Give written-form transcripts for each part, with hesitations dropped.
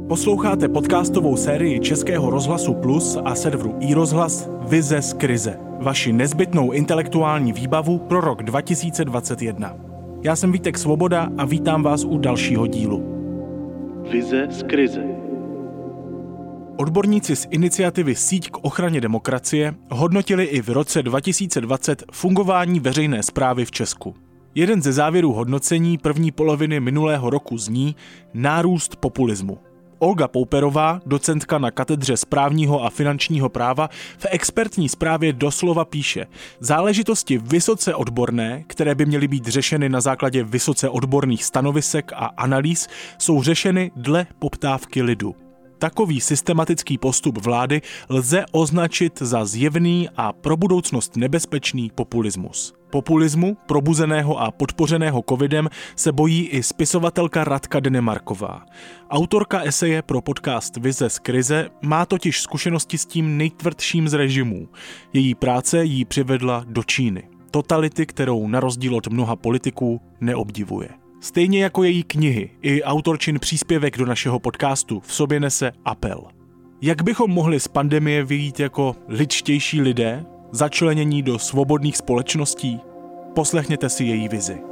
Posloucháte podcastovou sérii Českého rozhlasu Plus a serveru iRozhlas Vize z krize. Vaši nezbytnou intelektuální výbavu pro rok 2021. Já jsem Vítek Svoboda a vítám vás u dalšího dílu. Vize z krize. Odborníci z iniciativy Síť k ochraně demokracie hodnotili i v roce 2020 fungování veřejné správy v Česku. Jeden ze závěrů hodnocení první poloviny minulého roku zní nárůst populismu. Olga Pouperová, docentka na katedře správního a finančního práva, v expertní zprávě doslova píše: záležitosti vysoce odborné, které by měly být řešeny na základě vysoce odborných stanovisek a analýz, jsou řešeny dle poptávky lidu. Takový systematický postup vlády lze označit za zjevný a pro budoucnost nebezpečný populismus. Populismu, probuzeného a podpořeného covidem, se bojí i spisovatelka Radka Denemarková. Autorka eseje pro podcast Vize z krize má totiž zkušenosti s tím nejtvrdším z režimů. Její práce jí přivedla do Číny. Totality, kterou na rozdíl od mnoha politiků neobdivuje. Stejně jako její knihy, i autorčin příspěvek do našeho podcastu v sobě nese apel. Jak bychom mohli z pandemie vyjít jako lidštější lidé, začlenění do svobodných společností? Poslechněte si její vizi.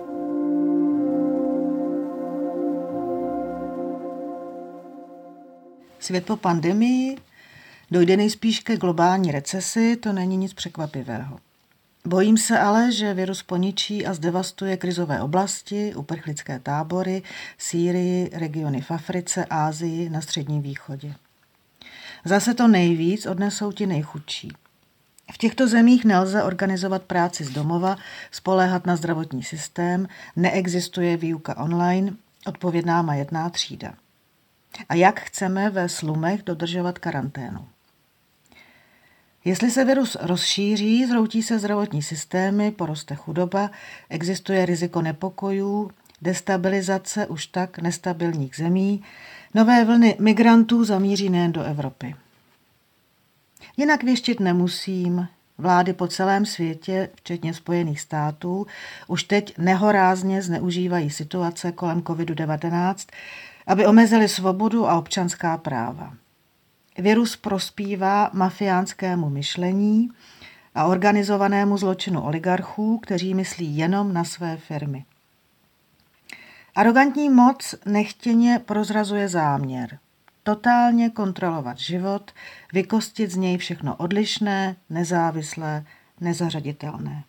Svět po pandemii dojde nejspíš ke globální recesi, to není nic překvapivého. Bojím se ale, že virus poničí a zdevastuje krizové oblasti, uprchlické tábory, Sýrii, regiony v Africe, Asii, na Středním východě. Zase to nejvíc odnesou ti nejchudší. V těchto zemích nelze organizovat práci z domova, spoléhat na zdravotní systém, neexistuje výuka online, odpovědná majetná třída. A jak chceme ve slumech dodržovat karanténu? Jestli se virus rozšíří, zhroutí se zdravotní systémy, poroste chudoba, existuje riziko nepokojů, destabilizace už tak nestabilních zemí, nové vlny migrantů zamíří nejen do Evropy. Jinak věštit nemusím, vlády po celém světě, včetně Spojených států, už teď nehorázně zneužívají situace kolem COVID-19, aby omezili svobodu a občanská práva. Virus prospívá mafiánskému myšlení a organizovanému zločinu oligarchů, kteří myslí jenom na své firmy. Arogantní moc nechtěně prozrazuje záměr. Totálně kontrolovat život, vykostit z něj všechno odlišné, nezávislé, nezařaditelné.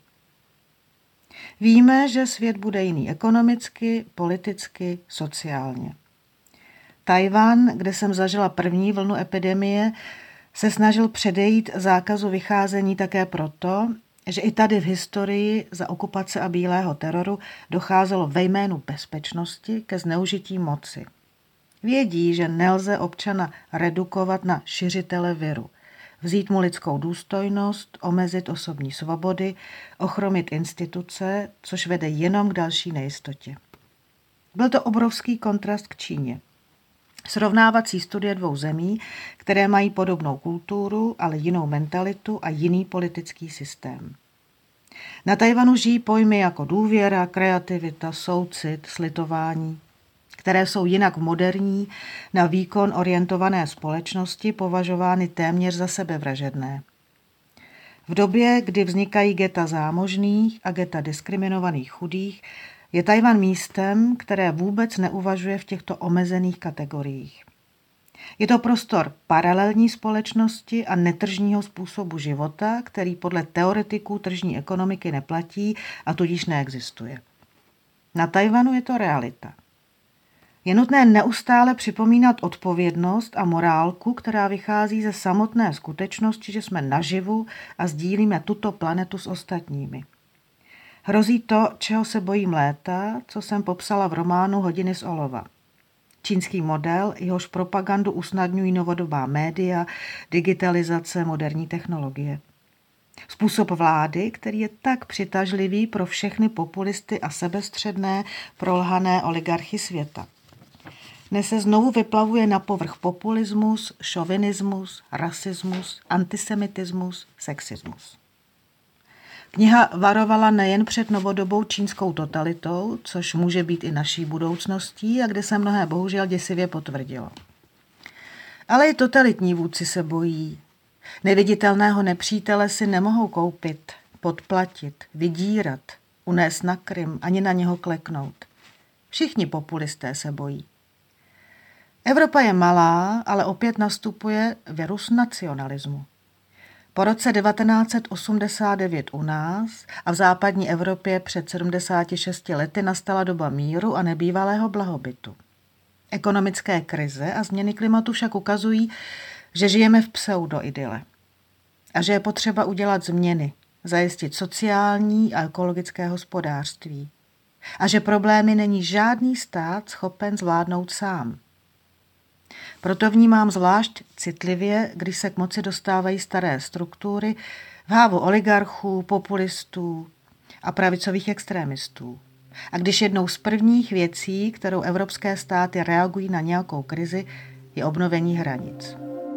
Víme, že svět bude jiný ekonomicky, politicky, sociálně. Tchaj-wan, kde jsem zažila první vlnu epidemie, se snažil předejít zákazu vycházení také proto, že i tady v historii za okupace a bílého teroru docházelo ve jménu bezpečnosti ke zneužití moci. Vědí, že nelze občana redukovat na šiřitele viru, vzít mu lidskou důstojnost, omezit osobní svobody, ochromit instituce, což vede jenom k další nejistotě. Byl to obrovský kontrast k Číně. Srovnávací studie dvou zemí, které mají podobnou kulturu, ale jinou mentalitu a jiný politický systém. Na Tchaj-wanu žijí pojmy jako důvěra, kreativita, soucit, slitování, které jsou jinak moderní, na výkon orientované společnosti považovány téměř za sebevražedné. V době, kdy vznikají geta zámožných a geta diskriminovaných chudých, je Tchaj-wan místem, které vůbec neuvažuje v těchto omezených kategoriích. Je to prostor paralelní společnosti a netržního způsobu života, který podle teoretiků tržní ekonomiky neplatí a tudíž neexistuje. Na Tchaj-wanu je to realita. Je nutné neustále připomínat odpovědnost a morálku, která vychází ze samotné skutečnosti, že jsme naživu a sdílíme tuto planetu s ostatními. Hrozí to, čeho se bojím léta, co jsem popsala v románu Hodiny z olova. Čínský model, jehož propagandu usnadňují novodobá média, digitalizace, moderní technologie. Způsob vlády, který je tak přitažlivý pro všechny populisty a sebestředné, prolhané oligarchy světa. Dnes se znovu vyplavuje na povrch populismus, šovinismus, rasismus, antisemitismus, sexismus. Kniha varovala nejen před novodobou čínskou totalitou, což může být i naší budoucností a kde se mnohé bohužel děsivě potvrdilo. Ale i totalitní vůdci se bojí. Neviditelného nepřítele si nemohou koupit, podplatit, vydírat, unést na Krym, ani na něho kleknout. Všichni populisté se bojí. Evropa je malá, ale opět nastupuje virus nacionalismu. Po roce 1989 u nás a v západní Evropě před 76 lety nastala doba míru a nebývalého blahobytu. Ekonomické krize a změny klimatu však ukazují, že žijeme v pseudoidyle a že je potřeba udělat změny, zajistit sociální a ekologické hospodářství a že problémy není žádný stát schopen zvládnout sám. Proto vnímám zvlášť citlivě, když se k moci dostávají staré struktury v hávu oligarchů, populistů a pravicových extrémistů. A když jednou z prvních věcí, kterou evropské státy reagují na nějakou krizi, je obnovení hranic.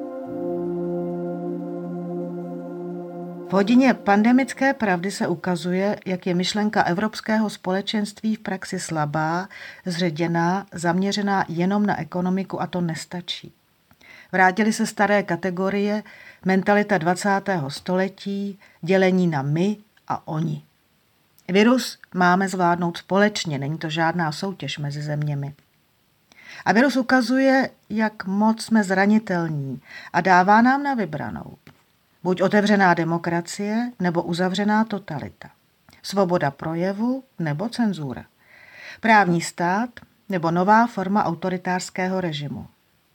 V hodině pandemické pravdy se ukazuje, jak je myšlenka evropského společenství v praxi slabá, zředěná, zaměřená jenom na ekonomiku a to nestačí. Vrátily se staré kategorie, mentalita 20. století, dělení na my a oni. Virus máme zvládnout společně, není to žádná soutěž mezi zeměmi. A virus ukazuje, jak moc jsme zranitelní a dává nám na vybranou. Buď otevřená demokracie, nebo uzavřená totalita. Svoboda projevu, nebo cenzura. Právní stát, nebo nová forma autoritářského režimu.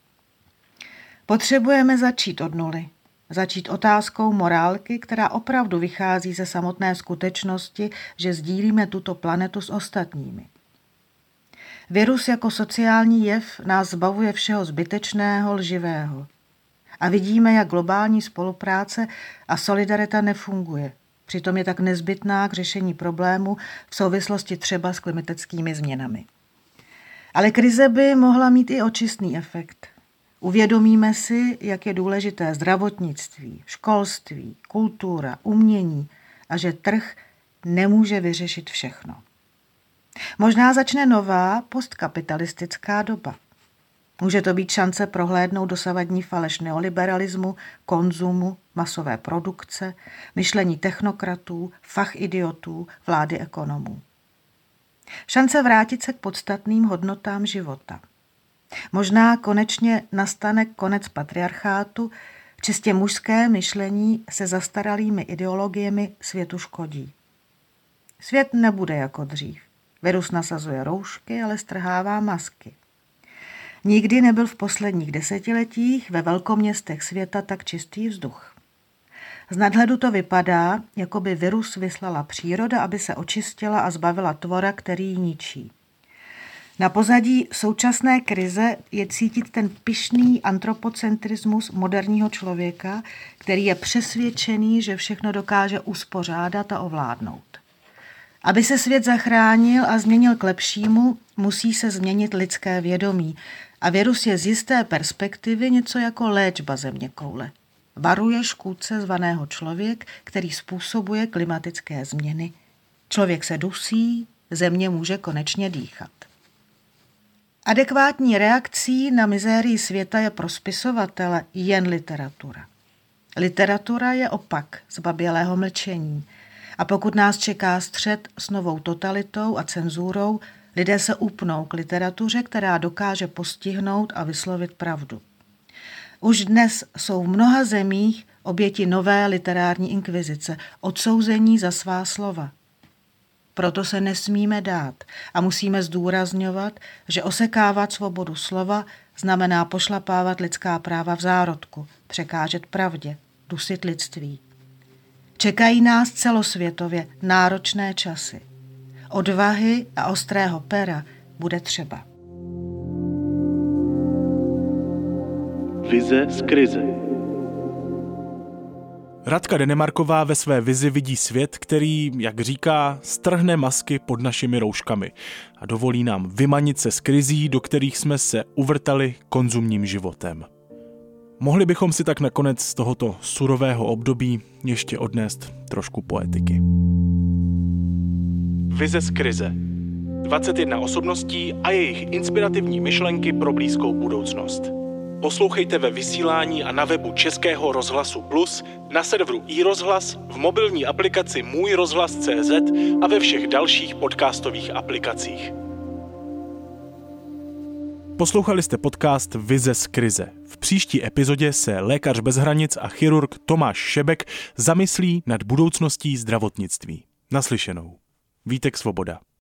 Potřebujeme začít od nuly. Začít otázkou morálky, která opravdu vychází ze samotné skutečnosti, že sdílíme tuto planetu s ostatními. Virus jako sociální jev nás zbavuje všeho zbytečného, lživého. A vidíme, jak globální spolupráce a solidarita nefunguje. Přitom je tak nezbytná k řešení problému v souvislosti třeba s klimatickými změnami. Ale krize by mohla mít i očistný efekt. Uvědomíme si, jak je důležité zdravotnictví, školství, kultura, umění a že trh nemůže vyřešit všechno. Možná začne nová postkapitalistická doba. Může to být šance prohlédnout dosavadní faleš neoliberalismu, konzumu, masové produkce, myšlení technokratů, fachidiotů, vlády ekonomů. Šance vrátit se k podstatným hodnotám života. Možná konečně nastane konec patriarchátu, čistě mužské myšlení se zastaralými ideologiemi světu škodí. Svět nebude jako dřív. Virus nasazuje roušky, ale strhává masky. Nikdy nebyl v posledních desetiletích ve velkoměstech světa tak čistý vzduch. Z nadhledu to vypadá, jako by virus vyslala příroda, aby se očistila a zbavila tvora, který ji ničí. Na pozadí současné krize je cítit ten pyšný antropocentrismus moderního člověka, který je přesvědčený, že všechno dokáže uspořádat a ovládnout. Aby se svět zachránil a změnil k lepšímu, musí se změnit lidské vědomí. A virus je z jisté perspektivy něco jako léčba zeměkoule. Varuje škůdce zvaného člověk, který způsobuje klimatické změny. Člověk se dusí, země může konečně dýchat. Adekvátní reakcí na mizérii světa je pro spisovatele jen literatura. Literatura je opak zbabělého mlčení. A pokud nás čeká střet s novou totalitou a cenzurou, lidé se upnou k literatuře, která dokáže postihnout a vyslovit pravdu. Už dnes jsou v mnoha zemích oběti nové literární inkvizice, odsouzení za svá slova. Proto se nesmíme dát a musíme zdůrazňovat, že osekávat svobodu slova znamená pošlapávat lidská práva v zárodku, překážet pravdě, dusit lidství. Čekají nás celosvětově náročné časy. Odvahy a ostrého pera bude třeba. Vize z krize. Radka Denemarková ve své vizi vidí svět, který, jak říká, strhne masky pod našimi rouškami a dovolí nám vymanit se z krizí, do kterých jsme se uvrtali konzumním životem. Mohli bychom si tak nakonec z tohoto surového období ještě odnést trošku poetiky. Vize z krize. 21 osobností a jejich inspirativní myšlenky pro blízkou budoucnost. Poslouchejte ve vysílání a na webu Českého rozhlasu Plus, na serveru iRozhlas, v mobilní aplikaci Můj rozhlas.cz a ve všech dalších podcastových aplikacích. Poslouchali jste podcast Vize z krize. V příští epizodě se lékař bez hranic a chirurg Tomáš Šebek zamyslí nad budoucností zdravotnictví. Naslyšenou. Vítek Svoboda.